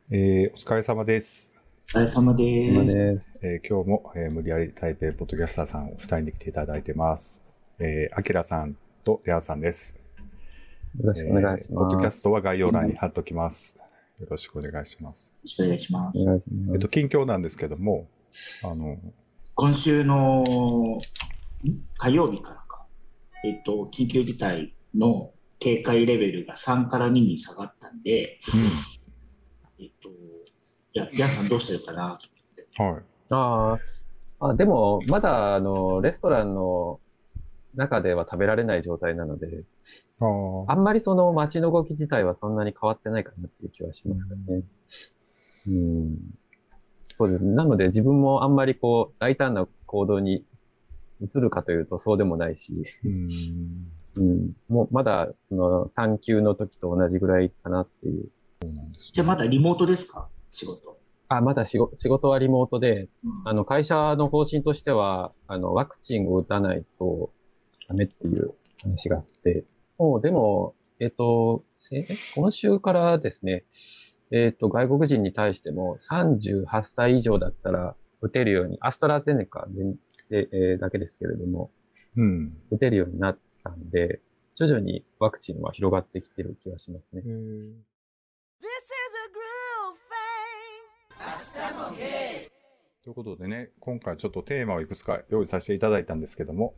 お疲れ様です。 お疲れ様です。 です。 今日も、無理やり台北ポッドキャスターさんお二人に来ていただいてます。アキラさんとレアさんです。 よろしくお願いしポッドキャます。 ストは概要欄に貼っときます。よろしくお願いします。 よろしくお願いします。 お願いします。 近況なんですけども、 今週の火曜日からか、緊急事態の警戒レベルが3から2に下がったんで、皆さんどうしてるかなと思って。 はい。 でも、まだ、レストランの中では食べられない状態なので、あんまりその街の動き自体はそんなに変わってないかなっていう気はしますかね。そうです。なので自分もあんまり大胆な行動に移るかというとそうでもないし、もうまだその産休の時と同じぐらいかなっていう。 じゃあまだリモートですか？仕事。 まだ仕事はリモートで、会社の方針としては、ワクチンを打たないとダメっていう話があって、でも、今週からですね、外国人に対しても38歳以上だったら打てるように、アストラゼネカで、だけですけれども、打てるようになったんで、徐々にワクチンは広がってきてる気がしますね。 ということでね、今回ちょっとテーマをいくつか用意させていただいたんですけども、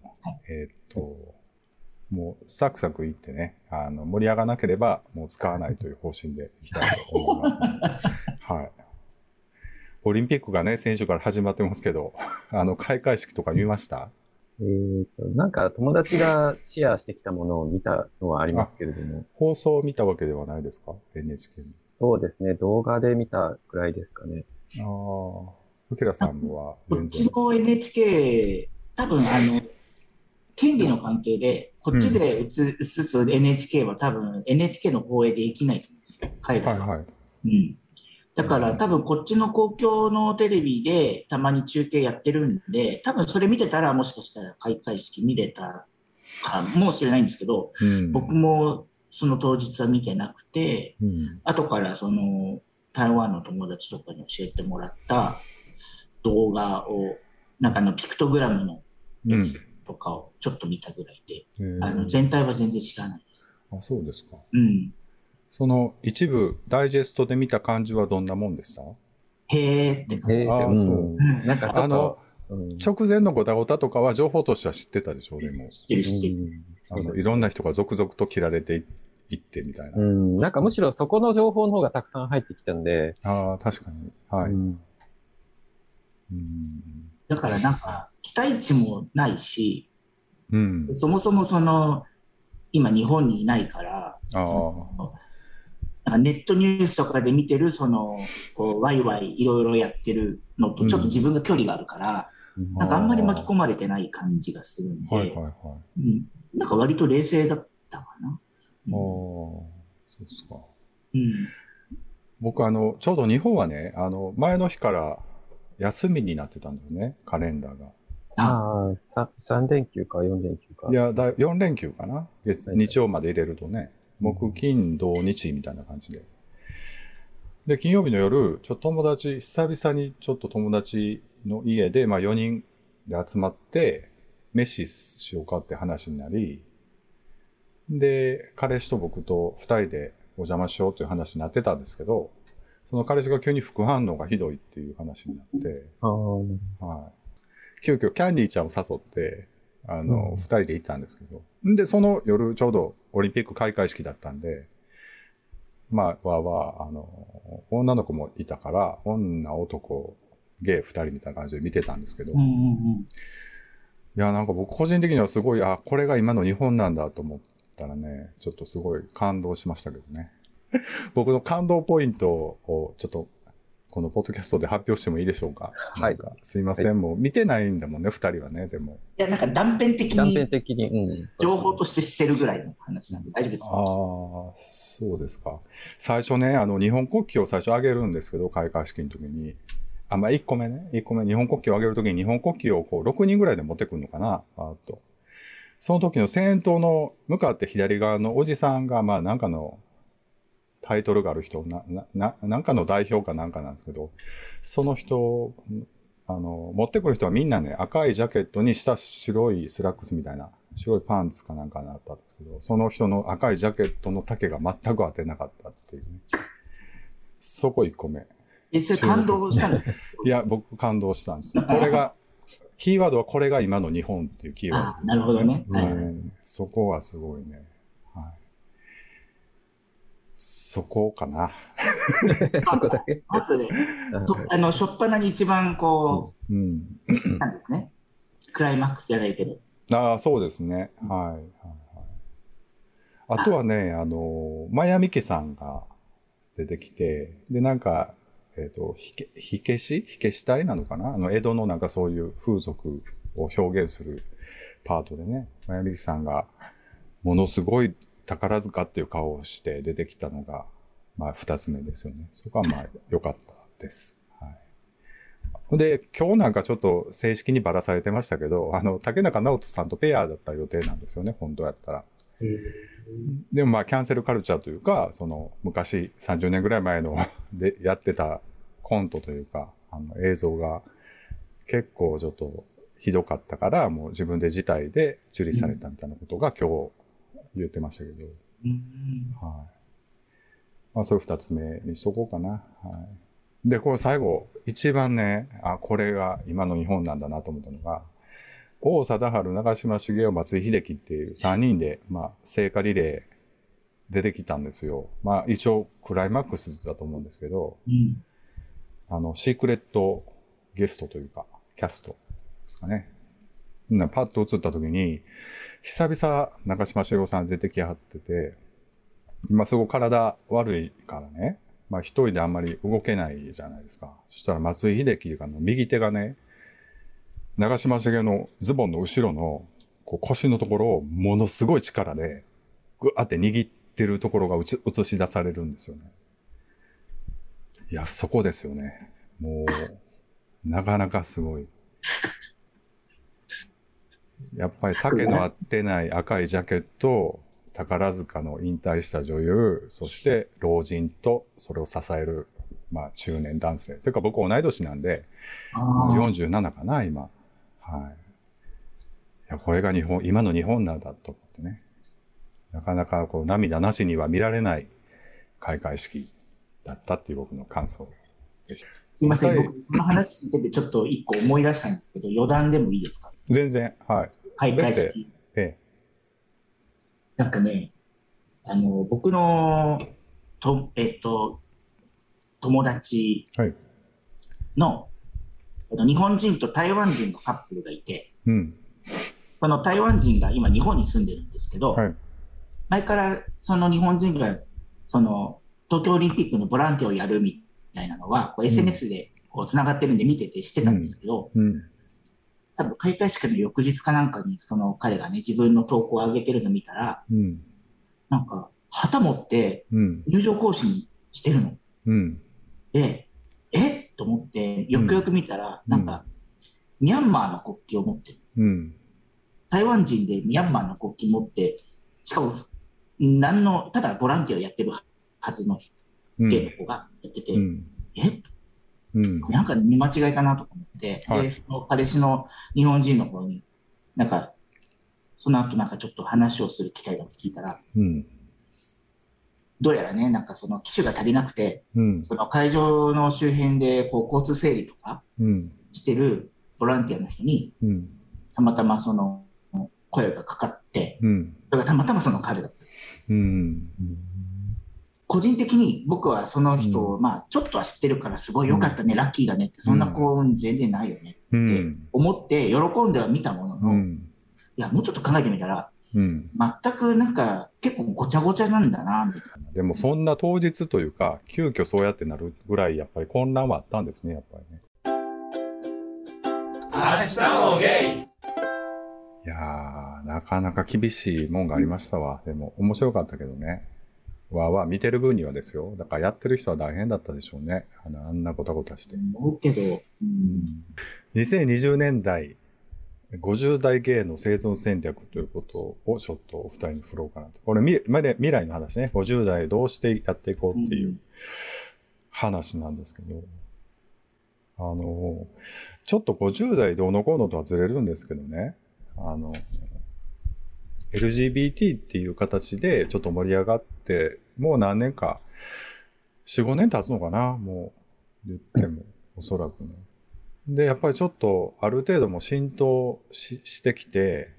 もうサクサクいってね、盛り上がらなければもう使わないという方針でいきたいと思います、ね。はい。オリンピックがね、先週から始まってますけど、開会式とか見ました？ なんか友達がシェアしてきたものを見たのはありますけれども。 放送を見たわけではないですか？ NHK に。 そうですね。動画で見たくらいですかね。 ふきらさんはこっちの NHK、多分権利の関係で、こっちで映す NHK は多分 NHK の放映できないと思うんですよ、海外は。だから多分こっちの公共のテレビでたまに中継やってるんで、多分それ見てたらもしかしたら開会式見れたかもしれないんですけど、僕もその当日は見てなくて、後からその台湾の友達とかに教えてもらった動画を、なんかピクトグラムのやつとかをちょっと見たぐらいで、全体は全然知らないです。 あ、そうですか。その一部ダイジェストで見た感じはどんなもんでした？ へーって感じ。 そう。なんかちょっと直前のゴタゴタとかは情報としては知ってたでしょう、でも。 知ってる。 いろんな人が続々と切られていってみたいな。 なんかむしろそこの情報の方がたくさん入ってきたんで。 確かに。はい。 だからなんか期待値もないし、そもそもその今日本にいないから、ネットニュースとかで見てるワイワイいろいろやってるのとちょっと自分が距離があるから、なんかあんまり巻き込まれてない感じがするんで、なんか割と冷静だったかな。 そうですか。僕ちょうど日本はね、前の日から休みになってたんだよね、カレンダーが。 3連休か4連休か。 いや、4連休かな。日曜まで入れるとね、木金土日みたいな感じで。で、金曜日の夜、久々にちょっと友達の家で、4人で集まって、飯しようかって話になり、で、彼氏と僕と2人でお邪魔しようという話になってたんですけど、その彼氏が急に副反応がひどいっていう話になって、急遽キャンディーちゃんを誘って、2人で行ったんですけど。で、その夜ちょうどオリンピック開会式だったんで、女の子もいたから、女、男、ゲイ2人みたいな感じで見てたんですけど。いや、なんか僕個人的にはすごい、これが今の日本なんだと思ったらね、ちょっとすごい感動しましたけどね。僕の感動ポイントをちょっと、このポッドキャストで発表してもいいでしょうか？ はい。 すいません、もう見てないんだもんね、二人はね、でも。 いや、なんか断片的に、情報として知ってるぐらいの話なんで大丈夫ですか？ そうですか。最初ね、日本国旗を最初上げるんですけど、開会式の時に。1個目、日本国旗を上げる時に日本国旗を6人ぐらいで持ってくるのかな、その時の先頭の向かって左側のおじさんが、なんかの、 タイトルがある人、なんかの代表かなんかなんですけど、その人、持ってくる人はみんなね、赤いジャケットに下白いスラックスみたいな、白いパンツかなんかになったんですけど、その人の赤いジャケットの丈が全く当てなかったっていうね。そこ1個目。 それ感動したんですか？ いや、僕感動したんですよ。これが、キーワードはこれが今の日本っていうキーワード、 あ、なるほどね。はい、 そこはすごいね。はい。そこかな。 そこだけ。 まずね、初っ端に一番こう、なんですね。クライマックスじゃないけど。 ああ、そうですね。はい。はい、あとはね、マヤミキさんが出てきて、で、なんか、火消し隊なのかな、江戸のなんかそういう風俗を表現するパートでね、マヤミキさんがものすごい宝塚っていう顔をして出てきたのが、まあ二つ目ですよね。そこはまあ良かったです。はい。で、今日なんかちょっと正式にばらされてましたけど、竹中直人さんとペアだった予定なんですよね、本当やったら。でもまあキャンセルカルチャーというか、その昔30年ぐらい前のでやってたコントというか、映像が結構ちょっとひどかったから、もう自分で辞退で受理されたみたいなことが今日言ってましたけど、はい。まあそれ2つ目にしとこうかな。はい。で、これ最後、一番ね、これが今の日本なんだなと思ったのが、王貞治、長嶋茂雄、松井秀喜っていう3人で、まあ、聖火リレー出てきたんですよ。まあ、一応、クライマックスだと思うんですけど、シークレットゲストというか、キャストですかね。パッと映った時に、久々、長嶋茂雄さん出てきはってて、今すごい体悪いからね、まあ一人であんまり動けないじゃないですか。そしたら松井秀喜が右手がね、長嶋茂雄のズボンの後ろのこう腰のところをものすごい力でグーって握ってるところが映し出されるんですよね。いや、そこですよね。もう、なかなかすごい。やっぱり丈の合ってない赤いジャケット、宝塚の引退した女優、そして老人とそれを支える、まあ中年男性。というか僕同い年なんで、47かな、今。はい。いや、これが今の日本なんだと思ってね。なかなかこう涙なしには見られない開会式だったっていう僕の感想でした。 すいません、僕、その話聞いててちょっと一個思い出したんですけど、余談でもいいですか？ 全然、はい。 開会式。なんかね、僕の友達の、日本人と台湾人のカップルがいて、その台湾人が今日本に住んでるんですけど、前からその日本人がその東京オリンピックのボランティアをやるみたいなのは、SNS でこう繋がってるんで見てて知ってたんですけど、多分開会式の翌日かなんかにその彼がね、自分の投稿を上げてるの見たら、なんか旗持って入場行進してるの。で、と思ってよくよく見たら、なんかミャンマーの国旗を持ってる。台湾人でミャンマーの国旗持って、しかもただボランティアをやってるはずの芸の子がやってて、なんか見間違いかなとか思って、で、その彼氏の日本人の子に、なんか、その後なんかちょっと話をする機会が聞いたら、どうやらね、なんかその機種が足りなくて、その会場の周辺でこう交通整理とかしてるボランティアの人に、たまたまその声がかかって、それがたまたまその彼だった。個人的に僕はその人を、まあちょっとは知ってるからすごい良かったね、ラッキーだねって、そんな幸運全然ないよねって思って喜んでは見たものの、いや、もうちょっと考えてみたら、全くなんか結構ごちゃごちゃなんだな、みたいな。 でもそんな当日というか、急遽そうやってなるぐらいやっぱり混乱はあったんですね、やっぱりね。明日もゲイ。いやー、なかなか厳しいもんがありましたわ。でも面白かったけどね。見てる分にはですよ。だからやってる人は大変だったでしょうね。あんなごたごたして。 思うけど。 2020年代 50代ゲイの生存戦略ということをちょっとお二人に振ろうかなと。これ未来の話ね。50代どうしてやっていこうっていう話なんですけど、ちょっと50代どうのこうのとはずれるんですけどね、LGBT っていう形でちょっと盛り上がって、もう何年か、4、5年経つのかな、もう言っても、おそらくね。で、やっぱりちょっとある程度も浸透してきて、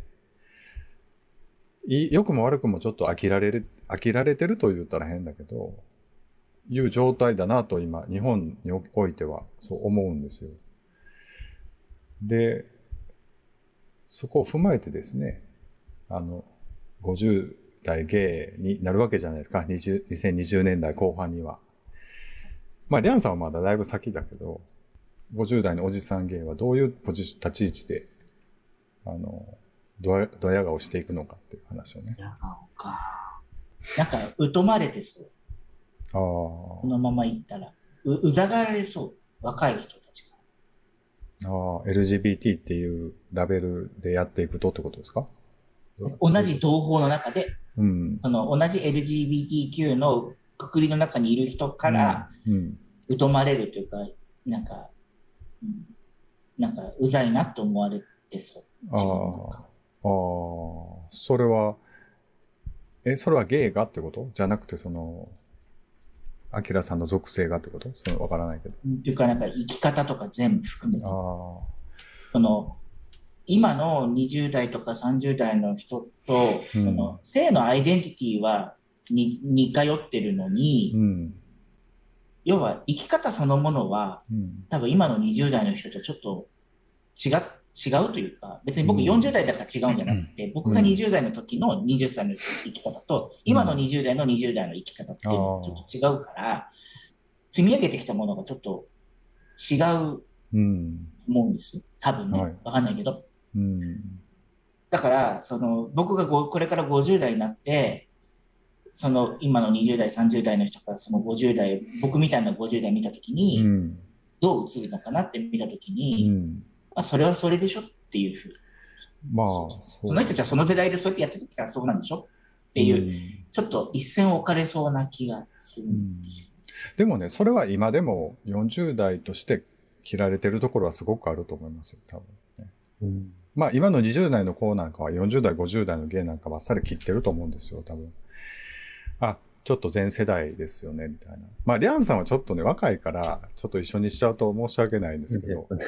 良くも悪くもちょっと飽きられてると言ったら変だけど、いう状態だなと今、日本においてはそう思うんですよ。で、そこを踏まえてですね、50代ゲイになるわけじゃないですか。2020年代後半には。まあ、リャンさんはまだだいぶ先だけど、50代のおじさんゲイはどういう立ち位置で、ドヤ顔していくのかっていう話をね。 ドヤ顔か。なんか、疎まれてそう。このままいったら。うざがられそう。若い人たちが。 LGBT っていうラベルでやっていくとってことですか？ 同じ同胞の中で、 うん、 同じ LGBTQ のくくりの中にいる人から、疎まれるというか、なんかうざいなと思われてそう。 それは、それはゲイがってことじゃなくて、アキラさんの属性がってことわからないけど。 っていうか、なんか生き方とか全部含めて。今の20代とか30代の人と、性のアイデンティティは似通ってるのに、要は生き方そのものは、多分今の20代の人とちょっと違うというか、別に僕40代だから違うんじゃなくて、僕が20代の時の20歳の生き方と、今の20代の20代の生き方っていうのはちょっと違うから、積み上げてきたものがちょっと違うと思うんですよ。多分ね、わかんないけど。だから、僕がこれから50代になって、今の20代、30代の人からその50代、僕みたいな50代見たときに、どう映るのかなって見たときに、それはそれでしょっていうふうに。その人たちはその世代でそうやってやってたからそうなんでしょっていう、ちょっと一線置かれそうな気がするんですよ。 でもね、それは今でも40代として切られてるところはすごくあると思いますよ、多分ね。まあ今の20代の子なんかは40代、50代の芸なんかばっさり切ってると思うんですよ、多分。ちょっと前世代ですよね、みたいな。まあ、リャンさんはちょっとね、若いから、ちょっと一緒にしちゃうと申し訳ないんですけど。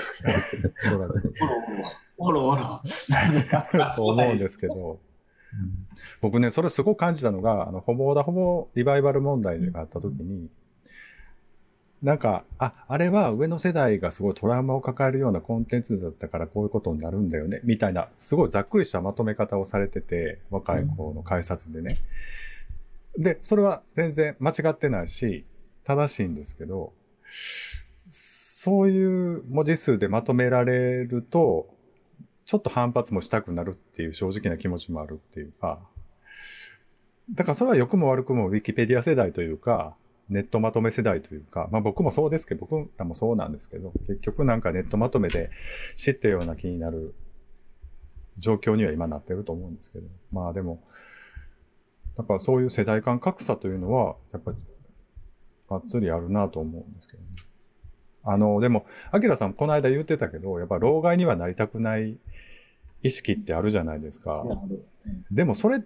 おろおろ。 そう思うんですけど。僕ね、それすごく感じたのが、ホモリバイバル問題があった時に、なんか、あれは上の世代がすごいトラウマを抱えるようなコンテンツだったからこういうことになるんだよね、みたいな、すごいざっくりしたまとめ方をされてて、若い子の解説でね。で、それは全然間違ってないし、正しいんですけど、そういう文字数でまとめられると、ちょっと反発もしたくなるっていう正直な気持ちもあるっていうか、だからそれは良くも悪くもウィキペディア世代というか、ネットまとめ世代というか、まあ僕もそうですけど、僕らもそうなんですけど、結局なんかネットまとめで知ったような気になる状況には今なってると思うんですけど、まあでも、だからそういう世代間格差というのは、やっぱり、がっつりあるなと思うんですけどね。でも、アキラさんこの間言ってたけど、やっぱ老害にはなりたくない意識ってあるじゃないですか。でもそれって、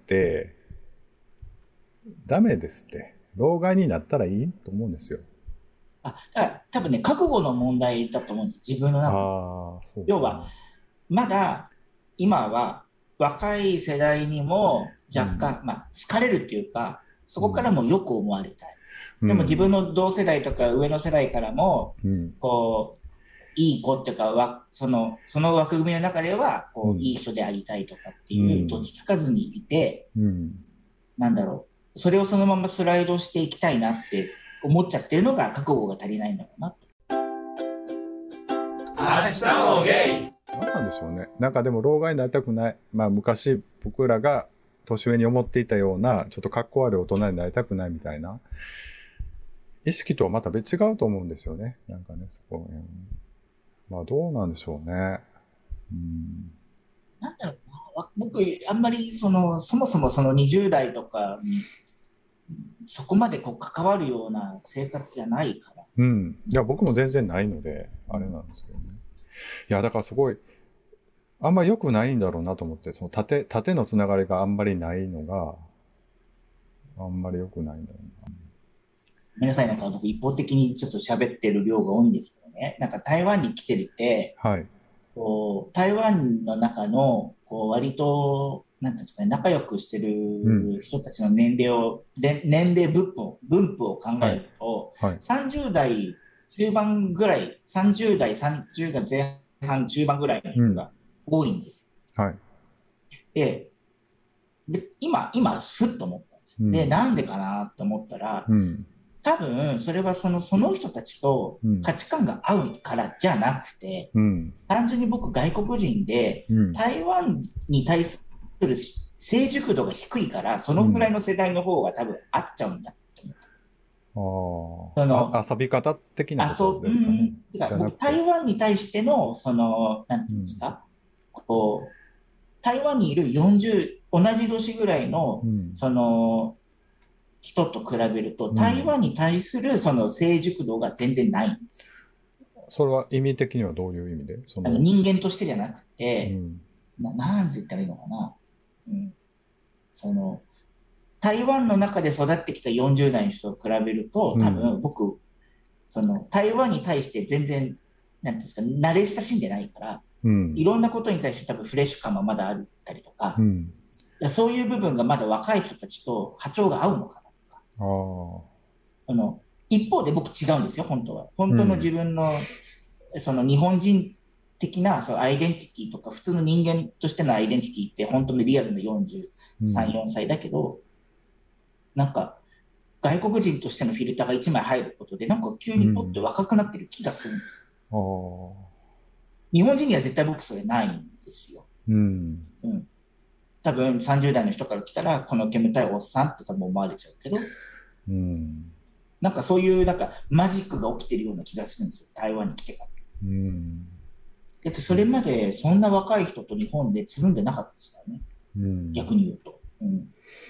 ダメですって。老害になったらいいと思うんですよ。 だから多分ね、覚悟の問題だと思うんです。自分の中で。要は、まだ、今は、若い世代にも若干、疲れるっていうか、そこからもよく思われたい。でも自分の同世代とか上の世代からも、こう、いい子っていうか、その枠組みの中では、こう、いい人でありたいとかっていう、どっちつかずにいて、なんだろう、それをそのままスライドしていきたいなって思っちゃってるのが覚悟が足りないんだろうな。 明日もゲイ。何なんでしょうね。なんかでも老害になりたくない。まあ昔僕らが年上に思っていたような、ちょっと格好悪い大人になりたくないみたいな意識とはまた別違うと思うんですよね。なんかね、そこら辺。まあどうなんでしょうね。 なんだろうな、僕、あんまりそもそもその20代とかに、そこまでこう関わるような生活じゃないから。 うん。いや、僕も全然ないので、あれなんですけどね。いや、だからすごい、あんまり良くないんだろうなと思って、その縦のつながりがあんまりないのが、あんまり良くないんだろうな。 皆さんなんか僕一方的にちょっと喋ってる量が多いんですけどね。なんか台湾に来てて、 はい。 こう、台湾の中の、こう、割と、なんていうんですかね、仲良くしてうん。 る人たちの年齢分布を考えはい。 ると、 はい。 30代中盤ぐらい、30代、30代前半、中盤ぐらいのうん。 人が多いんです。 はい。 で、今、ふっと思ったんです。で、 うん。 なんでかなと思ったら、 うん。 多分、それはその人たちとうん。 価値観が合うからじゃなくて、 うん。 単純に僕外国人で、 うん。 台湾に対する成熟度が低いから、そのぐらいの世代の方が多分合っちゃうんだと思う。 遊び方的なことですかね。 てか僕じゃなくて。 台湾に対しての、なんていうんですうん。 か、こう、台湾にいる同じ年ぐらいの、 うん。 人と比べると、 うん。 台湾に対するその成熟度が全然ないんですよ。 それは意味的にはどういう意味で人間としてじゃなくて、 うん。 なんて言ったらいいのかな。うん、その、台湾の中で育ってきた40代の人と比べると、多うん。 分僕、台湾に対して全然、なんていうんですか、慣れ親しんでないから、 うん。 いろんなことに対して多分フレッシュ感はまだあったりとか、 うん。 そういう部分がまだ若い人たちと波長が合うのかなとか。 ああ。 その一方で僕違うんですよ、本当は。本当のうん。 自分の、日本人的なアイデンティティとか、普通の人間としてのアイデンティティって本当にリアルな43、 うん。 4歳だけど、なんか、外国人としてのフィルターが1枚入ることで、なんか急にポッとうん。 若くなってる気がするんです。 ああ。 日本人には絶対僕それないんですよ。 うん。 うん。多分30代の人から来たら、この煙たいおっさんって多分思われちゃうけど、 うん。 なんかそういうなんかマジックが起きてるような気がするんですよ。台湾に来てから。 うん。 だってそれまでそんな若い人と日本でつるんでなかったですからね。 うん。 逆に言うと。うん。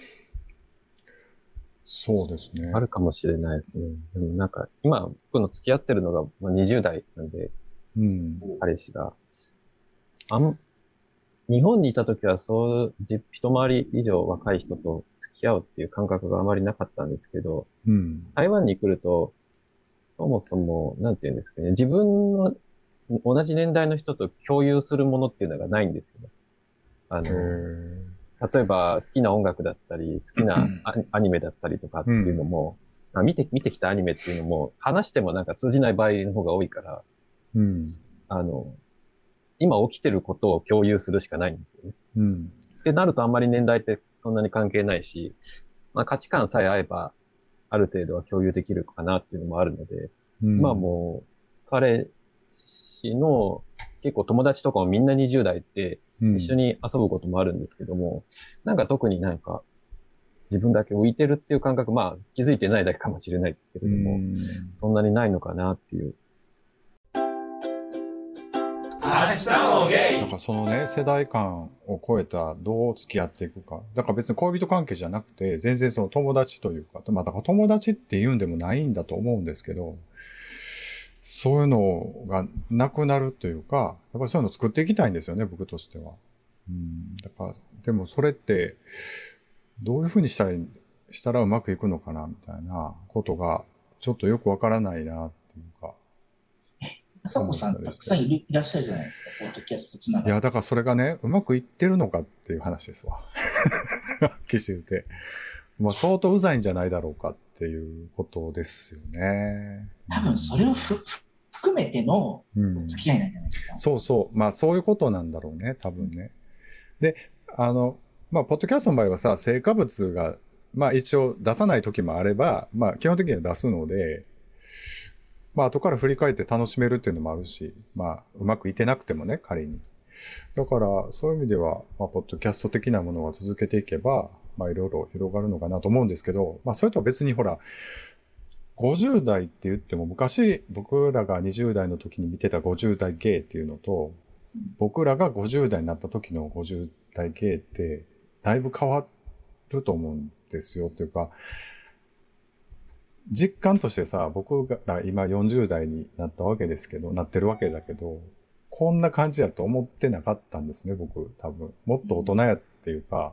そうですね。 あるかもしれないですね。でもなんか、今、僕の付き合ってるのがまあ20代なんで、 うん。 彼氏が。あん、日本にいた時は一回り以上若い人と付き合うっていう感覚があまりなかったんですけど、 うん。 台湾に来ると、そもそも、なんていうんですかね、自分の同じ年代の人と共有するものっていうのがないんですよね。あへの、 え。 例えば好きな音楽だったり、好きなアニメだったりとかっていうのうん。 も、見てきたアニメっていうのも、話してもなんか通じない場合の方が多いから、 うん。 あの、今起きてることを共有するしかないんですよね。 うん。 ってなるとあんまり年代ってそんなに関係ないし、まあ価値観さえ合えば、ある程度は共有できるかなっていうのもあるので、まあうん。 もう、彼氏の結構友達とかもみんな20代って一緒うん。 に遊ぶこともあるんですけども、なんか特になんか自分だけ浮いてるっていう感覚、まあ気づいてないだけかもしれないですけうれども、 ん。 そんなにないのかなっていう。 だからそのね、世代間を超えたどう付き合っていくか。だから別に恋人関係じゃなくて、全然その友達というか、まあだから友達って言うんでもないんだと思うんですけど、そういうのがなくなるというか、やっぱりそういうのを作っていきたいんですよね、僕としては。うん。だから、でもそれって、どういうふうにしたらうまくいくのかな、みたいなことが、ちょっとよくわからないな、っていうか、 あさこ思っさんたくさんたりして。 いらっしゃるじゃないですか。ポッドキャストつないや、 がり。 だからそれがね、うまくいってるのかっていう話ですわ。奇襲で。まあ、相当うざいんじゃないだろうかっていうことですよね。う多分それをん。 含めてのうん。 付き合いなんじゃないですか。 そうそう。まあ、そういうことなんだろうね、多分ね。で、まあ、ポッドキャストの場合はさ、成果物が、まあ一応出さない時もあれば、まあ基本的には出すので、まあ後から振り返って楽しめるっていうのもあるし、まあうまくいってなくてもね、仮に。だからそういう意味では、まあポッドキャスト的なものを続けていけば、まあいろいろ広がるのかなと思うんですけど、まあそれとは別にほら、50代って言っても昔僕らが20代の時に見てた50代ゲイっていうのと、 僕らが50代になった時の50代系って、だいぶ変わると思うんですよ。っていうか、実感としてさ、僕が今40代になったわけですけど、なってるわけだけど、こんな感じやと思ってなかったんですね、僕、多分。もっと大人やっていうか、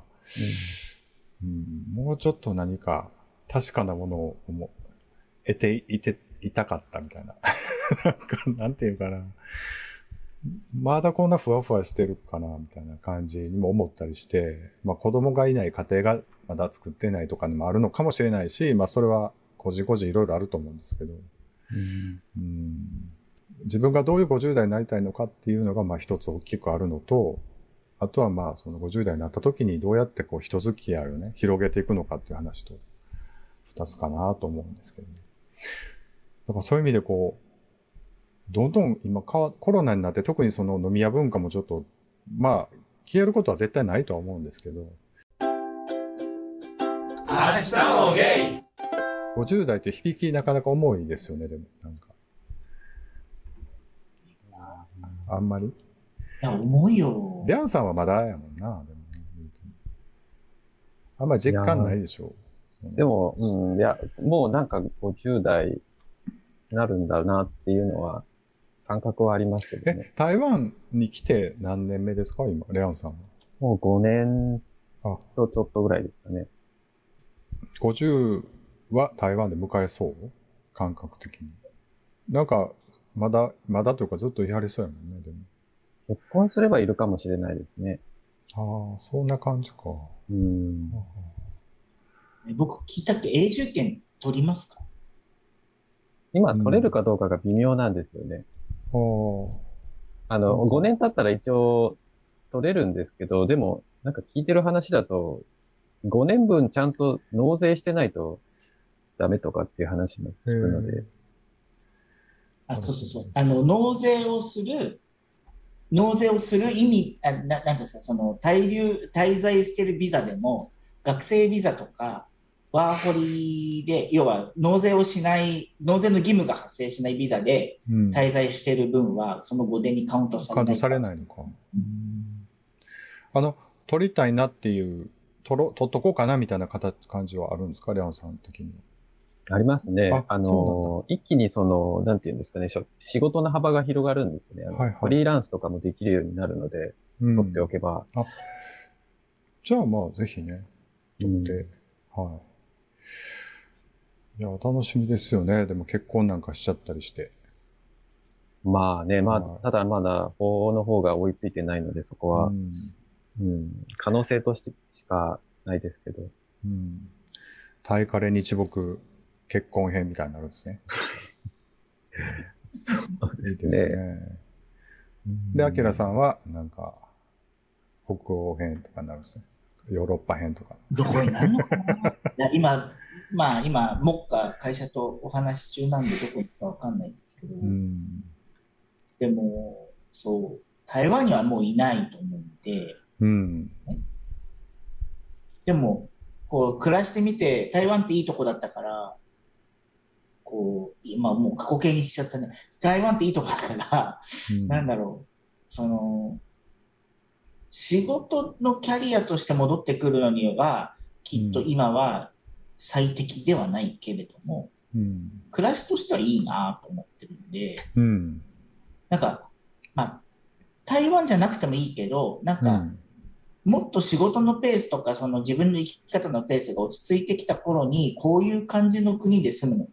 もうちょっと何か確かなものを得ていたかったみたいな。なんていうかな。まだこんなふわふわしてるかな、みたいな感じにも思ったりして、まあ子供がいない家庭がまだ作ってないとかにもあるのかもしれないし、まあそれは個人個人いろいろあると思うんですけど、自分がどういう50代になりたいのかっていうのがまあ一つ大きくあるのと、あとはまあその50代になった時にどうやってこう人付き合いをね、広げていくのかっていう話と二つかなと思うんですけどね。だからそういう意味でこう、どんどん今コロナになって特にその飲み屋文化もちょっと、まあ消えることは絶対ないとは思うんですけど。明日もゲイ！50代って響きなかなか重いですよね、でもなんか。あんまり？いや、重いよ。 リャンさんはまだやもんな、でも。あんまり実感ないでしょう。でも、いや、もうなんか50代になるんだなっていうのは、感覚はありますけどね。 台湾に来て何年目ですか、今、レアンさんは。 もう5年とちょっとぐらいですかね。 50は台湾で迎えそう感覚的に。なんか、まだというかずっといはりそうやもんね、でも。 結婚すればいるかもしれないですね。 ああ、そんな感じか。 僕聞いたっけ、永住権取りますか？ 今取れるかどうかが微妙なんですよね。5年経ったら一応取れるんですけど、でも、なんか聞いてる話だと、5年分ちゃんと納税してないとダメとかっていう話も聞くので。 そうそうそう。納税をする意味、なんですか、その、滞在してるビザでも、学生ビザとか、ワーホリで、要は納税の義務が発生しないビザで滞在している分は、その5年にカウントされない。 カウントされないのか。取りたいなっていう、取っとこうかなみたいな感じはあるんですか、レアンさん的には。ありますね。一気になんていうんですかね、仕事の幅が広がるんですね。フリーランスとかもできるようになるので、取っておけば。 じゃあまあ、ぜひね、取って、はい。いや、楽しみですよね。でも結婚なんかしちゃったりして。 まあね、ただまだ法の方が追いついてないので、そこは、可能性としてしかないですけど。 タイカレ日木結婚編みたいになるんですね。 そうですね。 で、アキラさんは、なんか、北欧編とかになるんですね。ヨーロッパ編とか。 どこになるのかな今、目下会社とお話し中なんでどこ行くかわかんないんですけど、でも、そう、台湾にはもういないと思うんで、でも、こう、暮らしてみて、台湾っていいとこだったから、こう、今もう過去形にしちゃったね。台湾っていいとこだから、なんだろう、仕事のキャリアとして戻ってくるのには、きっと今は最適ではないけれども、暮らしとしてはいいなと思ってるんで、なんか、台湾じゃなくてもいいけど、なんか、もっと仕事のペースとか、その自分の生き方のペースが落ち着いてきた頃に、こういう感じの国で住むのって、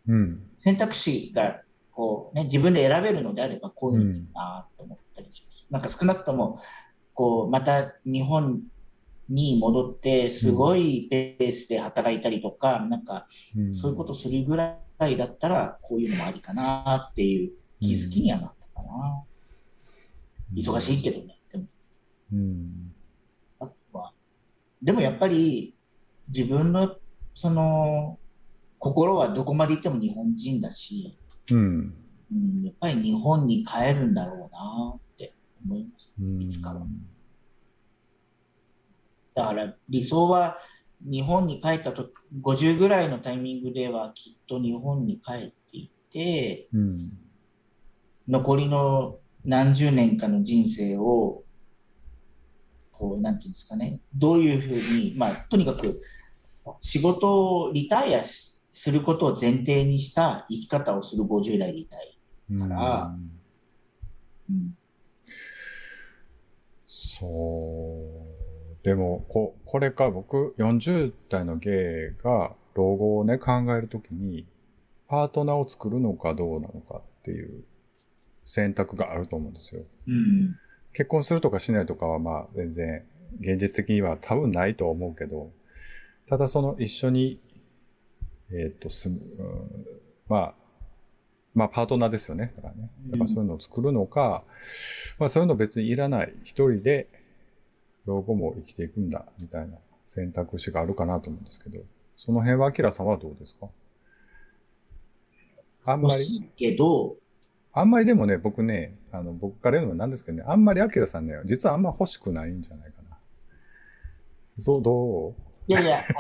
選択肢が、こうね、自分で選べるのであれば、こういうのいいなと思ったりします。なんか少なくとも、こう、また日本に戻って、すごいペースで働いたりとか、なんか、そういうことするぐらいだったら、こういうのもありかなっていう気づきにはなったかな。忙しいけどね、でも。あとは、でもやっぱり、自分の、心はどこまで行っても日本人だし、やっぱり日本に帰るんだろうなって思います。いつかは。だから理想は日本に帰ったと50ぐらいのタイミングではきっと日本に帰っていって、残りの何十年かの人生を、こう、なんていうんですかね、どういうふうに、まあ、とにかく仕事をリタイアすることを前提にした生き方をする50代でいたいから、うん、 そう。でも、これか僕、40代のゲイが老後をね、考えるときに、パートナーを作るのかどうなのかっていう選択があると思うんですよ。 うん、 結婚するとかしないとかはまあ全然現実的には多分ないと思うけど、ただその一緒に、住む、まあ、まあパートナーですよね。だからね。だからそういうのを作るのか、まあそういうの別にいらない。一人で老後も生きていくんだ、みたいな選択肢があるかなと思うんですけど、その辺はアキラさんはどうですか？あんまり。 欲しいけど、 あんまりでもね、僕ね、僕から言うのはなんですけどね、あんまりアキラさんね、実はあんま欲しくないんじゃないかな。そう、どいやいや、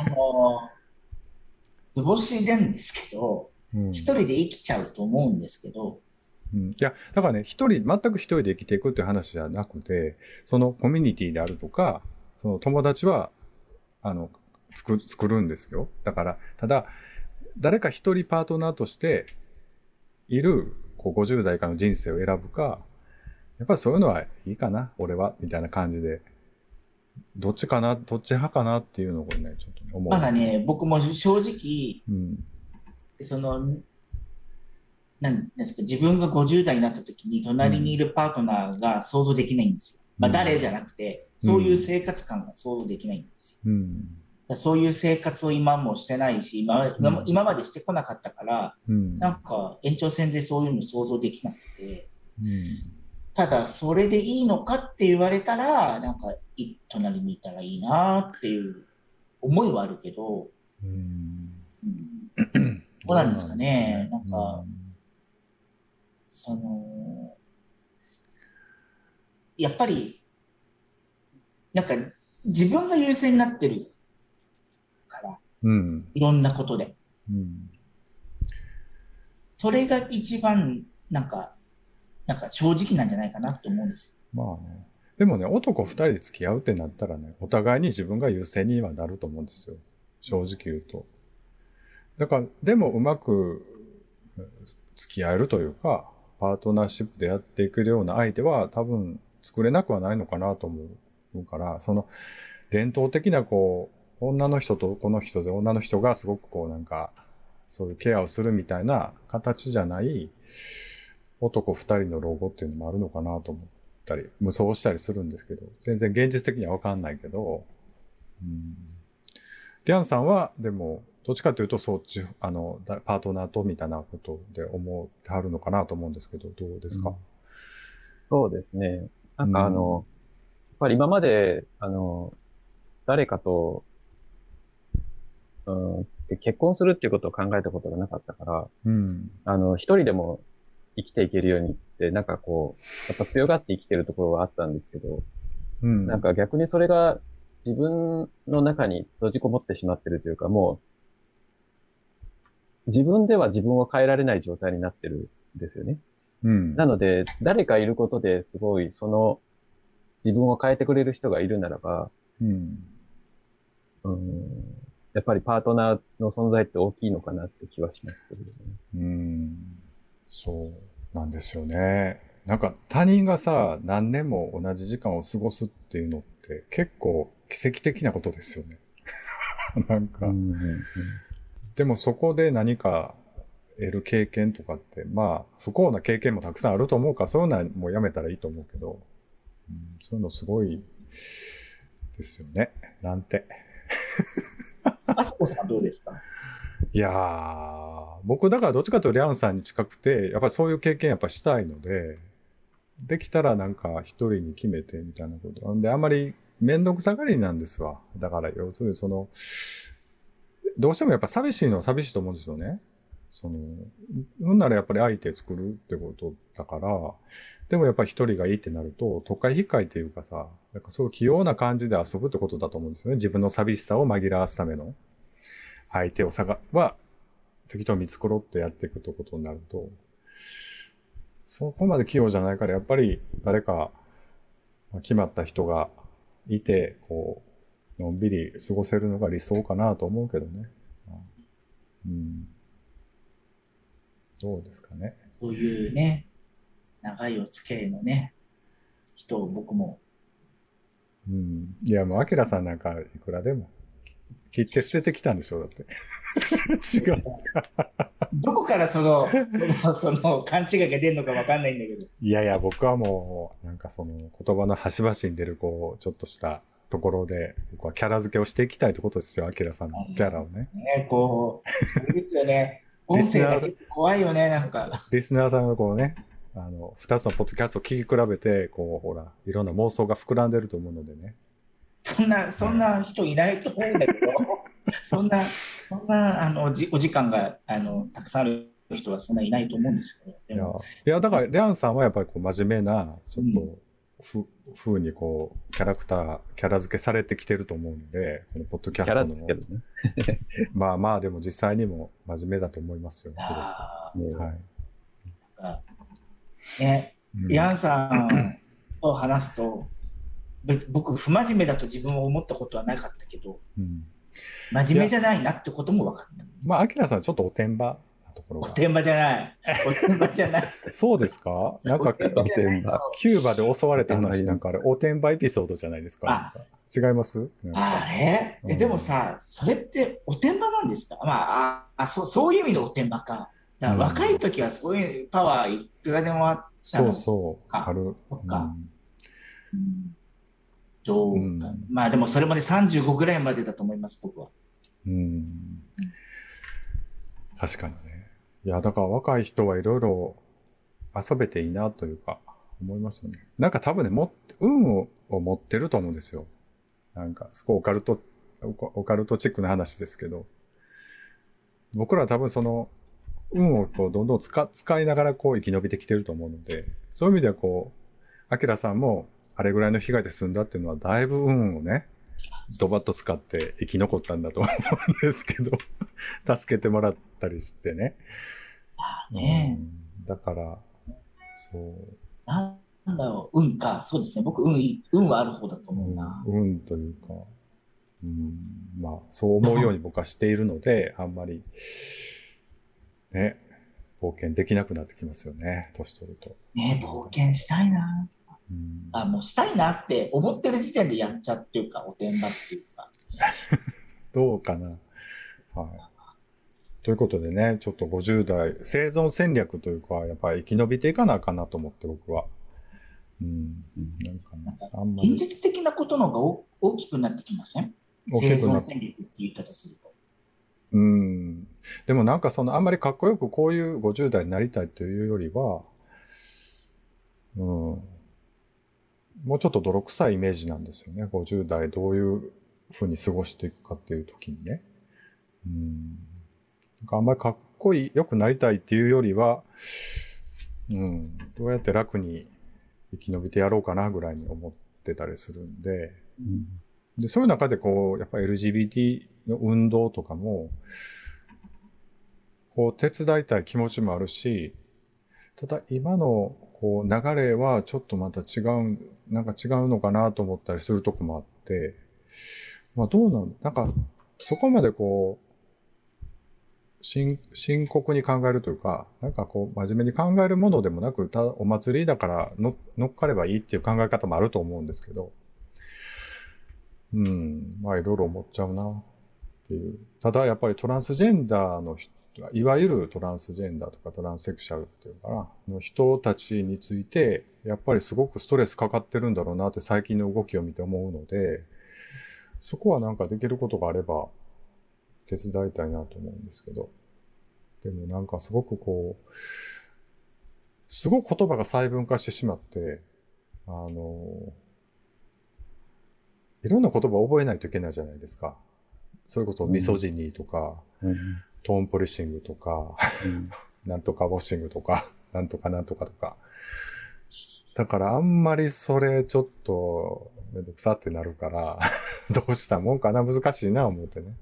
図星なんですけど、 う？うん。 一人で生きちゃうと思うんですけど、 うん、いや、だからね、全く一人で生きていくっていう話じゃなくて、そのコミュニティであるとか、その友達は、作るんですよ。だから、ただ、誰か一人パートナーとしている、50代からの人生を選ぶか、やっぱりそういうのはいいかな、俺は、みたいな感じで、どっち派かなっていうのをね、ちょっとね、思う。 まだね、僕も正直、 うん。 その、なんですか、自分が50代になった時に隣にいるパートナーが想像できないんですよ。まあ、誰じゃなくて、そういう生活感が想像できないんですよ。 うん。 そういう生活を今もしてないし、今までしてこなかったから、 うん。 なんか延長線でそういうの想像できなくて、 うん。 ただそれでいいのかって言われたら、なんか隣にいたらいいなっていう思いはあるけど、 うん。 うん、どうどうなんですかなんですかね。 ね。なんうか、 ん。 その、やっぱり、なんか自分が優先になってるから、 うん。 いろんなことで。 うん。 それが一番、なんか正直なんじゃないかなと思うんですよ。 まあね。でもね、男二人で付き合うってなったらね、お互いに自分が優先にはなると思うんですよ。正直言うと。だから、でもうまく付き合えるというか、パートナーシップでやっていけるような相手は多分作れなくはないのかなと思うから、その伝統的な女の人とこの人で女の人がすごくなんか、そういうケアをするみたいな形じゃない男二人の老後っていうのもあるのかなと思ったり、無双したりするんですけど、全然現実的にはわかんないけど、うん。リャンさんは、でも、どっちかというと、そっち、パートナーとみたいなことで思ってはるのかなと思うんですけど、どうですか？ そうですね。なんかうん。 やっぱり今まで、誰かと、うん、結婚するっていうことを考えたことがなかったから、 うん。 一人でも生きていけるようにって、なんかやっぱ強がって生きてるところはあったんですけど、なんうん。 か逆にそれが自分の中に閉じこもってしまってるというか、もう自分では自分を変えられない状態になってるんですよね。 うん。 なので、誰かいることですごい、自分を変えてくれる人がいるならば、 うん。 うん、やっぱりパートナーの存在って大きいのかなって気はしますけれどもね。 うん。そうなんですよね。なんか他人がさ、何年も同じ時間を過ごすっていうのって結構奇跡的なことですよね。なんか。 うんうんうん、 でもそこで何か得る経験とかって、まあ、不幸な経験もたくさんあると思うから、そういうのはもうやめたらいいと思うけど、うん、そういうのすごいですよね。なんて。 あそこさんどうですか？ いやー、僕だからどっちかというとリャンさんに近くて、やっぱりそういう経験やっぱしたいので、できたらなんか一人に決めてみたいなこと。なんであんまりめんどくさがりなんですわ。だから要するにどうしてもやっぱ寂しいのは寂しいと思うんですよね。ほんならやっぱり相手作るってことだから、でもやっぱり一人がいいってなると、都会控えっていうかさ、なんかそういう器用な感じで遊ぶってことだと思うんですよね。自分の寂しさを紛らわすための相手適当に見繕ってやっていくってことになると、 そこまで器用じゃないから、やっぱり誰か決まった人がいて、こう、のんびり過ごせるのが理想かなと思うけどね。うん。どうですかね。 そういうね、長いお付き合いのね、人を僕も。 うん。いや、もう、アキラさんなんかいくらでも切って捨ててきたんでしょ、だって。違う。 どこからその勘違いが出るのかわかんないんだけど。 いやいや、僕はもう、なんかその言葉の端々に出る、こう、ちょっとしたところで、僕はキャラ付けをしていきたいってことですよ、アキラさんのキャラをね。 ね、こう、あれですよね。音声だけ怖いよね、なんか。 リスナーさんのこうね、二つのポッドキャストを聞き比べて、こう、ほら、いろんな妄想が膨らんでると思うのでね。 そんな人いないと思うんだけど、そんな、お時間が、たくさんある人はそんないないと思うんですけど。 いや、だから、リャンさんはやっぱりこう真面目な、ちょっと、風にこう、キャラ付けされてきてると思うので、このポッドキャストの。 キャラですけどね。 まあまあ、でも実際にも真面目だと思いますよ、すごく。はい。 ね、ヤンさんと話すと、僕、不真面目だと自分を思ったことはなかったけど、真面目じゃないなってことも分かった。 まあ、アキラさんちょっとおてんばなところが。 おてんばじゃない。おてんばじゃない。 そうですか？なんか、キューバで襲われた話なんかあれ、おてんばエピソードじゃないですか？違います？ あれでもさ、それっておてんばなんですか？まあ、そういう意味のおてんばか。だから若い時はそういうパワーいくらでもあったのか。 そう、ある。 そっか。どうか。まあでもそれまで35ぐらいまでだと思います、僕は。 確かにね。いや、だから若い人はいろいろ遊べていいなというか、思いますよね。なんか多分ね、運を持ってると思うんですよ。なんか、すごいオカルトチックな話ですけど、僕らは多分その、運をこうどんどん使いながらこう生き延びてきてると思うので、そういう意味ではこう、アキラさんもあれぐらいの被害で済んだっていうのはだいぶ運をね、ドバッと使って生き残ったんだと思うんですけど、助けてもらったりしてね。だから、そう。 なんだろう、運か。そうですね。僕、運はある方だと思うな。 運というか、まあ、そう思うように僕はしているので、あんまり、ね、冒険できなくなってきますよね、年取ると。 ね、冒険したいな。もうしたいなって思ってる時点でやっちゃっていうか、おてんばっていうか。 どうかな。はい。ということでね、ちょっと50代、生存戦略というか、やっぱり生き延びていかなあかんなと思って、僕は。 なんか現実的なことの方が大きくなってきません？生存戦略って言い方すると。 でもなんかあんまりかっこよくこういう50代になりたいというよりは、もうちょっと泥臭いイメージなんですよね。50代どういうふうに過ごしていくかっていう時にね。あんまりかっこよくなりたいっていうよりは、どうやって楽に生き延びてやろうかなぐらいに思ってたりするんで、でそういう中でこう、やっぱり LGBT の運動とかも、こう手伝いたい気持ちもあるし、ただ今のこう流れはちょっとまたなんか違うのかなと思ったりするとこもあって、まあどうなんかそこまでこう、深刻に考えるというか、なんかこう真面目に考えるものでもなく、ただお祭りだから乗っかればいいっていう考え方もあると思うんですけど、まあいろいろ思っちゃうなっていう。ただやっぱりトランスジェンダーの人、いわゆるトランスジェンダーとかトランスセクシャルっていうかな、の人たちについて、やっぱりすごくストレスかかってるんだろうなって最近の動きを見て思うので、そこはなんかできることがあれば手伝いたいなと思うんですけど。でもなんかすごくこう、すごく言葉が細分化してしまって、いろんな言葉を覚えないといけないじゃないですか。それこそミソジニーとか、トーンポリッシングとか、なんとかウォッシングとか、なんとかなんとかとか。だからあんまりそれちょっとめんどくさってなるから、どうしたもんかな、難しいな思ってね。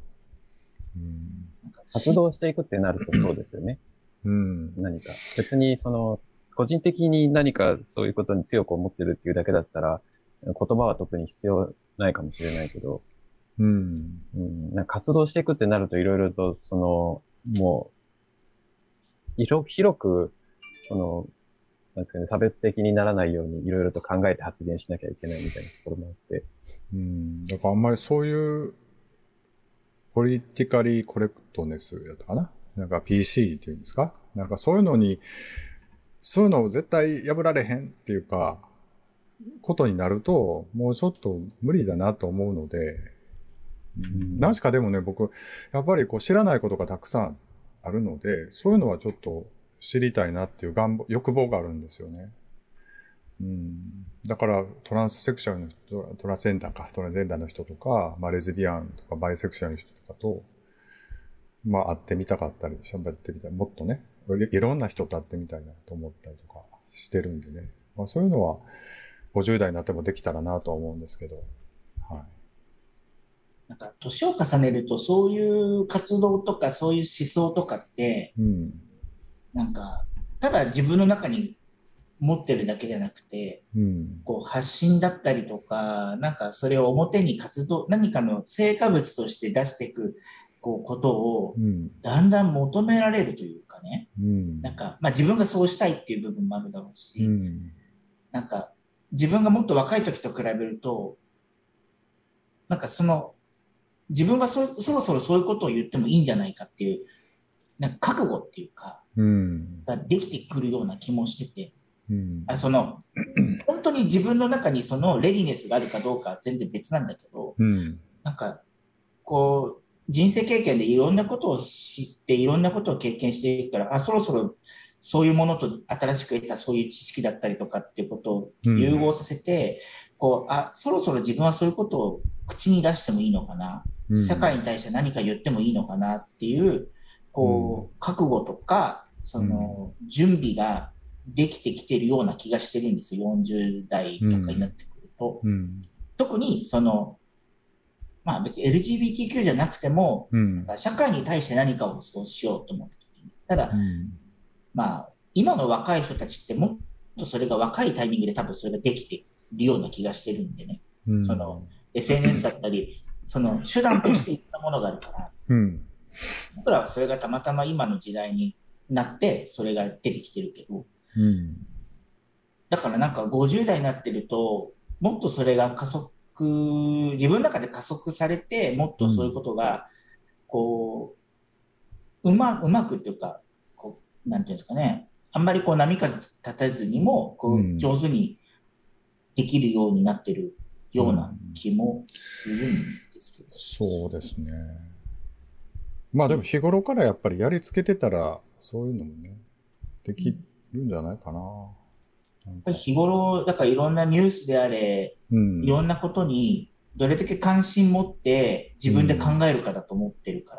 活動していくってなるとそうですよね。何か。別に個人的に何かそういうことに強く思ってるっていうだけだったら、言葉は特に必要ないかもしれないけど、なんか活動していくってなるといろいろと、もう、広く、なんですかね、差別的にならないようにいろいろと考えて発言しなきゃいけないみたいなところもあって。 だからあんまりそういう、ポリティカリーコレクトネスやったかな？なんか PC っていうんですか？なんかそういうのを絶対破られへんっていうか、ことになると、もうちょっと無理だなと思うので、何しかでもね、僕、やっぱり知らないことがたくさんあるので、そういうのはちょっと知りたいなっていう欲望があるんですよね。だからトランスセクシャルの人、トランスジェンダーの人とか、レズビアンとかバイセクシャルの人とかと、会ってみたかったり、喋ってみたい。もっとね、いろんな人と会ってみたいなと思ったりとかしてるんでね。そういうのは50代になってもできたらなとは思うんですけど。はい。 なんか、年を重ねると、そういう活動とか、そういう思想とかって、なんか、ただ自分の中に持ってるだけじゃなくて、発信だったりとか、なんかそれを表に何かの成果物として出していく、ことを、だんだん求められるというかね。なんか、自分がそうしたいっていう部分もあるだろうし、なんか、自分がもっと若い時と比べると、なんか自分はそろそろそういうことを言ってもいいんじゃないかっていう、なんか覚悟っていうか、ができてくるような気もしてて、本当に自分の中にそのレディネスがあるかどうかは全然別なんだけど、なんか、人生経験でいろんなことを知って、いろんなことを経験していくから、そろそろそういうものと新しく得たそういう知識だったりとかっていうことを融合させて、そろそろ自分はそういうことを口に出してもいいのかな、社会に対して何か言ってもいいのかなっていう、覚悟とか、準備ができてきてるような気がしてるんですよ、40代とかになってくると。特に、別に LGBTQ じゃなくても、社会に対して何かをそうしようと思った時に。ただ、今の若い人たちってもっとそれが若いタイミングで多分それができているような気がしてるんでね。SNS だったり、手段としていったものがあるから、僕らはそれがたまたま今の時代になって、それが出てきてるけど、だからなんか50代になってると、もっとそれが自分の中で加速されて、もっとそういうことが、うまくっていうか、なんていうんですかね、あんまり波風立たずにも、上手にできるようになってるような気もするんですけど。 そうですね。でも日頃からやっぱりやりつけてたら、そういうのもね、できるんじゃないかな。 やっぱり日頃、だからいろんなニュースであれ、いろんなことにどれだけ関心持って自分で考えるかだと思ってるから、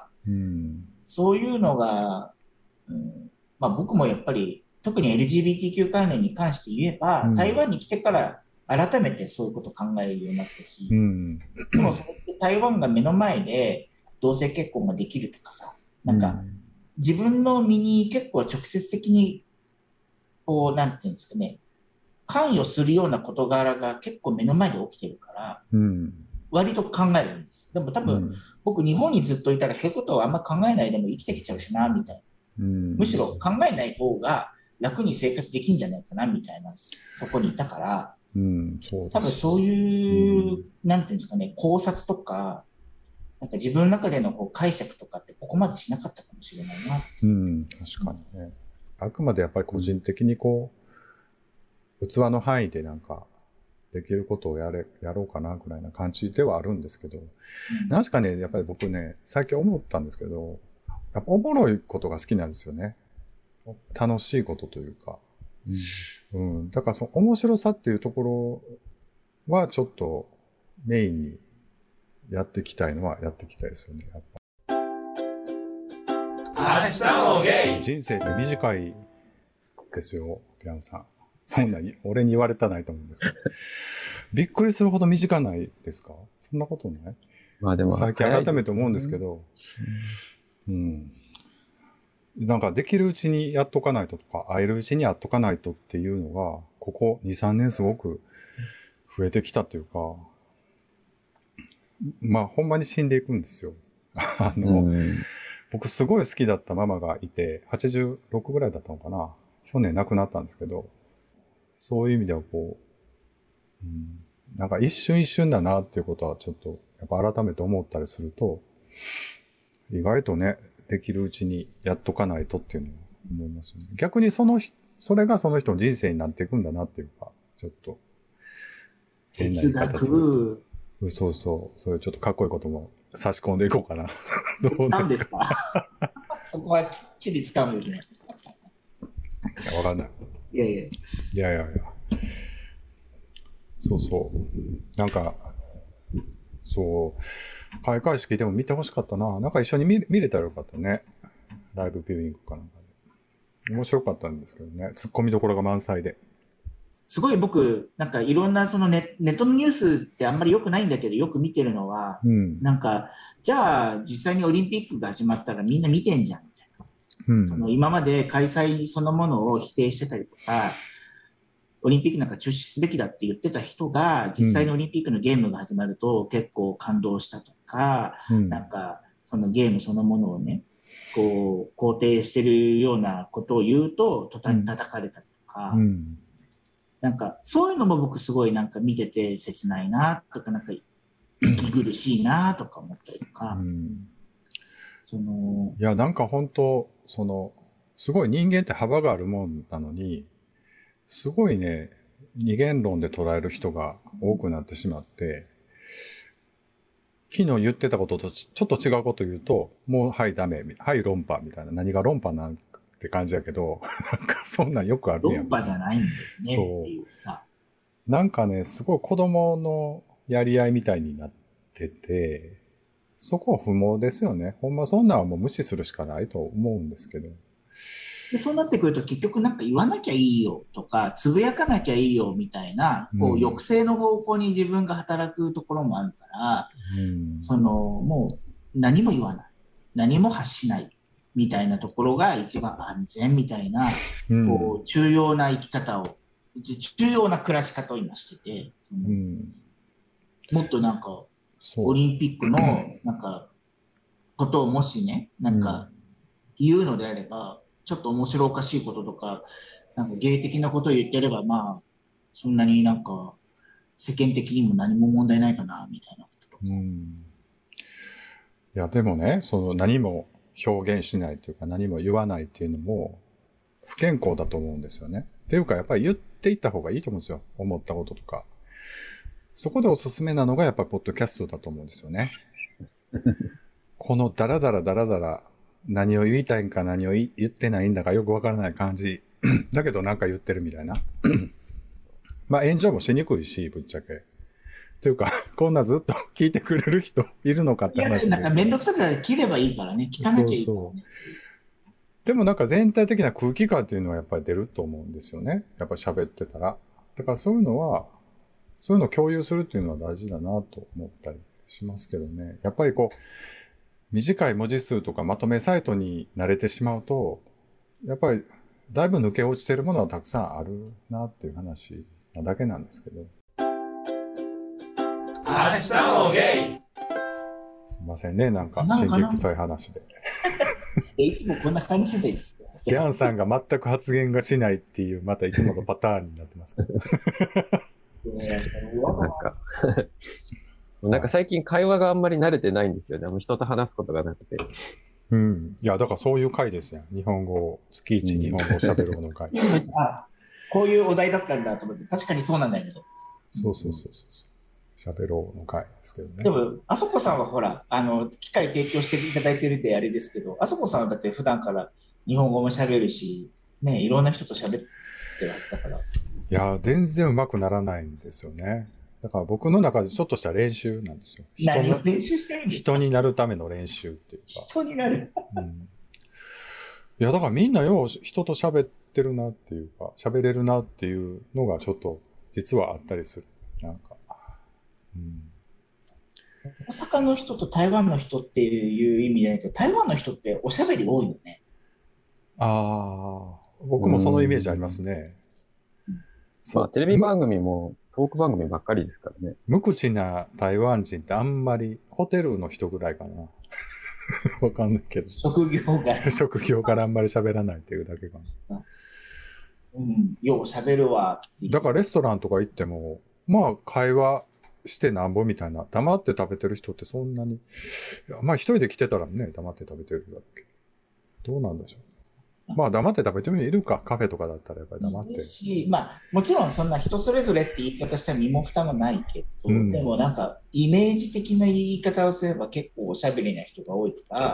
そういうのが、僕もやっぱり特に LGBTQ 関連に関して言えば、台湾に来てから改めてそういうことを考えるようになったし、でもそれって台湾が目の前で同性結婚ができるとかさ、なんか自分の身に結構直接的になんていうんですかね、関与するような事柄が結構目の前で起きてるから、割と考えるんです。でも多分、僕日本にずっといたらそういうことをあんま考えないでも生きてきちゃうしな、みたいな。むしろ考えない方が楽に生活できんじゃないかな、みたいなとこにいたから、多分そういう、なんていうんですかね、考察とか、なんか自分の中での解釈とかってここまでしなかったかもしれないな。 確かにね。あくまでやっぱり個人的に器の範囲でなんかできることをやろうかなぐらいな感じではあるんですけど、確かね、やっぱり僕ね、最近思ったんですけど、やっぱおもろいことが好きなんですよね。楽しいことというか。だからその面白さっていうところはちょっとメインにやっていきたいのはやっていきたいですよね。やっぱ明日もゲイ。人生って短いですよ、リャンさん。そんな俺に言われたないと思うんですけど。びっくりするほど短ないですか？そんなことない？ でも最近改めて思うんですけど。 なんかできるうちにやっとかないととか、会えるうちにやっとかないとっていうのが、ここ2、3年すごく増えてきたっていうか、まあほんまに死んでいくんですよ。僕すごい好きだったママがいて、86ぐらいだったのかな。去年亡くなったんですけど、そういう意味ではこう、なんか一瞬一瞬だなっていうことはちょっと、やっぱ改めて思ったりすると、意外とね、できるうちにやっとかないとっていうのは思いますよね。逆にそれがその人の人生になっていくんだなっていうか、ちょっと、変な言い方すると。そうそう。そういうちょっとかっこいいことも差し込んでいこうかな。 どうなんですかそこはきっちり使うんですね。 いや、わかんない。いや。そうそう。なんか、そう、開会式でも見てほしかったな。なんか一緒に見れたらよかったね。ライブビューイングかなんかで。面白かったんですけどね。突っ込みどころが満載で。 すごい僕、なんかいろんなそのネットのニュースってあんまり良くないんだけど、よく見てるのは、なんか、じゃあ実際にオリンピックが始まったらみんな見てんじゃんみたいな。その今まで開催そのものを否定してたりとか、オリンピックなんか中止すべきだって言ってた人が、実際にオリンピックのゲームが始まると結構感動したとか、なんかそのゲームそのものをね、こう肯定してるようなことを言うと途端に叩かれたりとか、なんかそういうのも僕すごいなんか見てて切ないなとか、なんか息苦しいなとか思ったりとか、 いやなんか本当すごい人間って幅があるもんなのに、すごいね、二元論で捉える人が多くなってしまって、昨日言ってたこととちょっと違うこと言うと、もうはいダメ、はい論破みたいな、何が論破なんって感じやけど、なんかそんなんよくあるやん。 論破じゃないんですねっていうさ。 なんかね、すごい子供のやり合いみたいになってて、そこは不毛ですよね。ほんまそんなんはもう無視するしかないと思うんですけど。 でそうなってくると結局なんか言わなきゃいいよとか、つぶやかなきゃいいよみたいな、こう抑制の方向に自分が働くところもあるから、もう何も言わない。何も発しない。みたいなところが一番安全みたいな、こう、重要な生き方を、重要な暮らし方を今してて、もっとなんか、オリンピックの、なんか、ことをもしね、なんか、言うのであれば、ちょっと面白おかしいこととか、なんか芸的なことを言ってれば、まあ、そんなになんか、世間的にも何も問題ないかな、みたいなこととか。 いや、でもね、何も表現しないというか、何も言わないっていうのも、不健康だと思うんですよね。っていうか、やっぱり言っていった方がいいと思うんですよ。思ったこととか。そこでおすすめなのが、やっぱポッドキャストだと思うんですよね。このダラダラ、何を言いたいんか何を言ってないんだかよくわからない感じ。だけどなんか言ってるみたいな。まあ炎上もしにくいし、ぶっちゃけ。というか、こんなずっと聞いてくれる人いるのかって話です。 いや、なんかめんどくさくて切ればいいからね、聞かなきゃいいからね。そうでもなんか全体的な空気感っていうのはやっぱり出ると思うんですよね。やっぱ喋ってたら。だからそういうのを共有するっていうのは大事だなと思ったりしますけどね。やっぱりこう、短い文字数とかまとめサイトに慣れてしまうと、やっぱりだいぶ抜け落ちてるものはたくさんあるなっていう話なだけなんですけど。 明日もゲイすいませんね、なんか新規臭い話で。 いつもこんな感じですか。 ギャンさんが全く発言がしないっていう、またいつものパターンになってますけど。 なんか最近会話があんまり慣れてないんですよね。人と話すことがなくて。 いや、だからそういう回ですよ。日本語を、月一日本語を喋ろうの回。 こういうお題だったんだと思って、確かにそうなんだけど。 そう。喋ろうの回ですけどね。 でも、あそこさんはほら、機会提供していただいてるってあれですけど、あそこさんはだって普段から日本語も喋るし、ね、いろんな人と喋ってるはずだから。 いや、全然上手くならないんですよね。だから僕の中でちょっとした練習なんですよ。 何を練習してるんですか？ 人になるための練習っていうか。 人になる、 いや、だからみんなよう人と喋ってるなっていうか、喋れるなっていうのがちょっと実はあったりする。なんか。 大阪の人と台湾の人っていう意味じゃないけど、台湾の人っておしゃべり多いよね。 ああ、僕もそのイメージありますね。 まあ、テレビ番組もトーク番組ばっかりですからね。 無口な台湾人ってあんまり、ホテルの人ぐらいかな。わかんないけど。 職業が。 職業からあんまり喋らないっていうだけかな。 うん、よう喋るわっていう。 だからレストランとか行っても、まあ会話してなんぼみたいな、黙って食べてる人ってそんなに、いやまあ一人で来てたらね、黙って食べてるだろうけど。どうなんでしょう。まあ黙って食べてる人いるか、カフェとかだったらやっぱり黙って。 まあもちろんそんな人それぞれって言い方したら身も蓋もないけど、でもなんかイメージ的な言い方をすれば結構おしゃべりな人が多いから、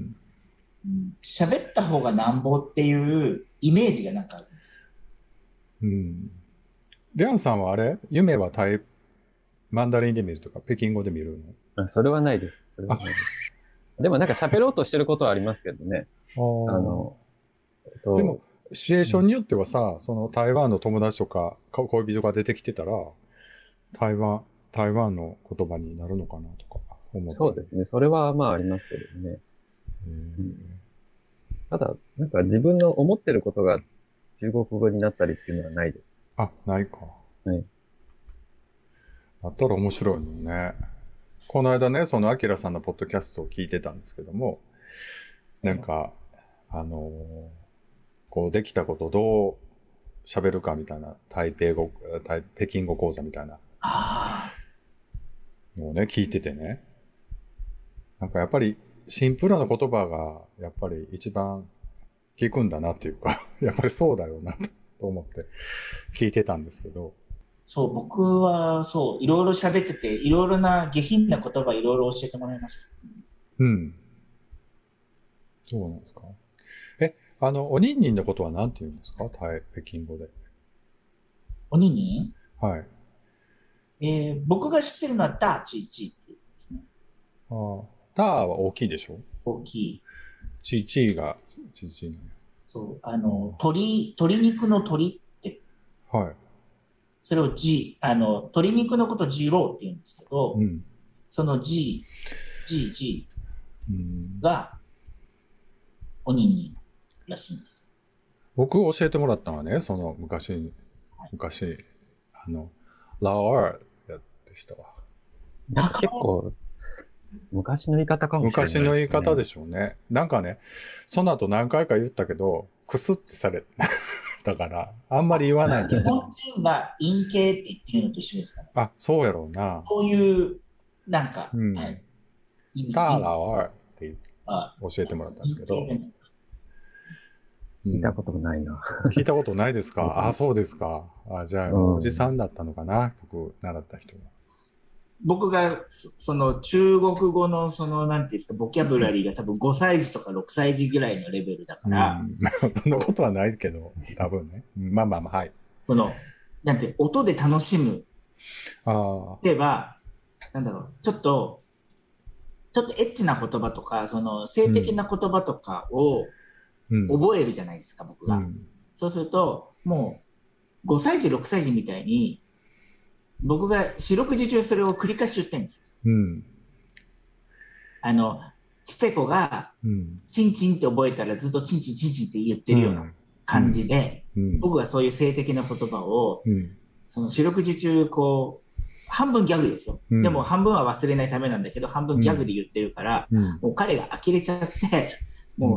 喋った方がなんぼっていうイメージがなんかあるんですよ。 リャンさんはあれ夢はマンダリンで見るとか、北京語で見るの？それはないです。それはないです。でもなんか喋ろうとしてることはありますけどね。 でも、シチュエーションによってはさ、その台湾の友達とか恋人が出てきてたら、台湾の言葉になるのかなとか思って。 そうですね。それはまあありますけどね。ただ、なんか自分の思ってることが中国語になったりっていうのはないです。 あ、ないか。はい。だったら面白いのね。この間ね、そのアキラさんのポッドキャストを聞いてたんですけども、なんか、こうできたことどう喋るかみたいな北京語講座みたいなのをね、聞いててね。なんかやっぱりシンプルな言葉がやっぱり一番聞くんだなっていうか、やっぱりそうだよなと思って聞いてたんですけど。 そう、僕はそう、いろいろ喋ってて、いろいろな下品な言葉いろいろ教えてもらいました。 そうなんですか。おにんにんのことは何て言うんですか？北京語で。 おにんにん？はい。 僕が知ってるのはダーチーチーって言うんですね。 ダーは大きいでしょ？ 大きい。 チーチーがチーチーなの。 そう、鶏肉の鶏って。 はい。 それを鶏肉のことジローって言うんですけど、そのG がおにんにんらしいんです。 僕教えてもらったのはね、その昔、ラオアーでしたわ。 結構、昔の言い方かもしれないですね。 昔の言い方でしょうね。なんかね、その後何回か言ったけど、クスってされたから、あんまり言わないんだよ。 日本人が陰形って言ってるのと一緒ですかね。 あ、そうやろうな。 そういう、なんか、 ターラオアーって教えてもらったんですけど。 聞いたことないな。 聞いたことないですか？あ、そうですか。じゃあ、おじさんだったのかな、僕、習った人が。 僕が、その中国語の、なんていうんですか、ボキャブラリーが多分5歳児とか6歳児ぐらいのレベルだから。 そんなことはないけど、多分ね。まあ、はい。 なんて、音で楽しむ。例えば、なんだろう、ちょっとエッチな言葉とか、性的な言葉とかを、覚えるじゃないですか、僕が。そうすると、もう、5歳児、6歳児みたいに、僕が四六時中それを繰り返し言ってるんですよ。ちっちゃい子が、チンチンって覚えたらずっとチンチンチンチンって言ってるような感じで、僕がそういう性的な言葉を、四六時中、こう、半分ギャグですよ。でも半分は忘れないためなんだけど、半分ギャグで言ってるから、もう彼が呆れちゃって、もう、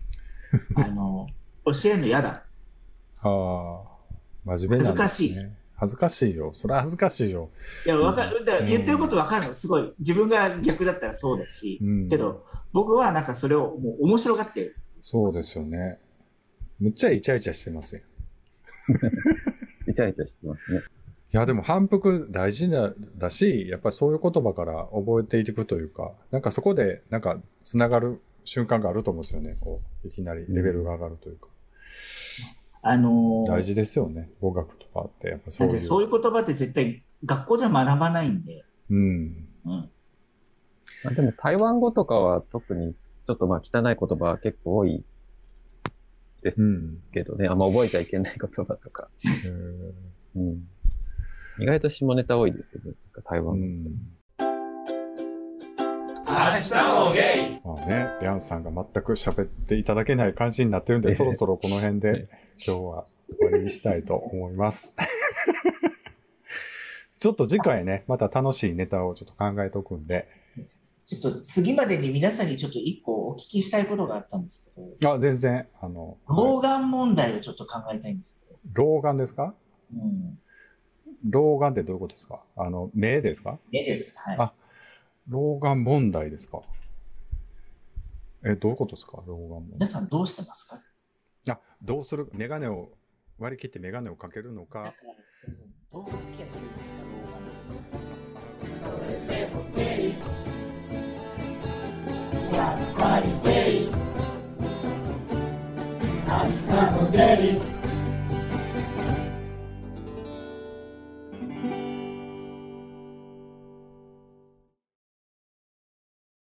教えるの嫌だ。 真面目なんですね。恥ずかしい。恥ずかしいよ。それは恥ずかしいよ。 いや、言ってることわかるの。すごい。自分が逆だったらそうだし。けど、僕はなんかそれをもう面白がってる。 そうですよね。むっちゃイチャイチャしてますよ。 イチャイチャしてますね。 いや、でも反復大事だし、やっぱりそういう言葉から覚えていくというか、なんかそこで、なんか繋がる瞬間があると思うんですよね。こう、いきなりレベルが上がるというか。大事ですよね。語学とかって、やっぱそういう。 そういう言葉って絶対学校じゃ学ばないんで。 でも台湾語とかは特にちょっと汚い言葉は結構多いですけどね。あんま覚えちゃいけない言葉とか。意外と下ネタ多いですよね。台湾語って。 明日もゲイ。 まあね、リャンさんが全く喋っていただけない感じになってるんで、そろそろこの辺で今日は終わりにしたいと思います。ちょっと次回ね、また楽しいネタをちょっと考えておくんで。 ちょっと次までに皆さんにちょっと一個お聞きしたいことがあったんですけど。 全然、 老眼問題をちょっと考えたいんですけど。 老眼ですか？ うん。 老眼ってどういうことですか？目ですか？ 目です。はい。 あ、老眼問題ですか？どういうことですか？老眼問題。 皆さんどうしてますか？ どうする？メガネを割り切ってメガネをかけるのか。 どうお付き合いしてるんですか？ それでもゲイ。やっぱりゲイ。明日もゲイ。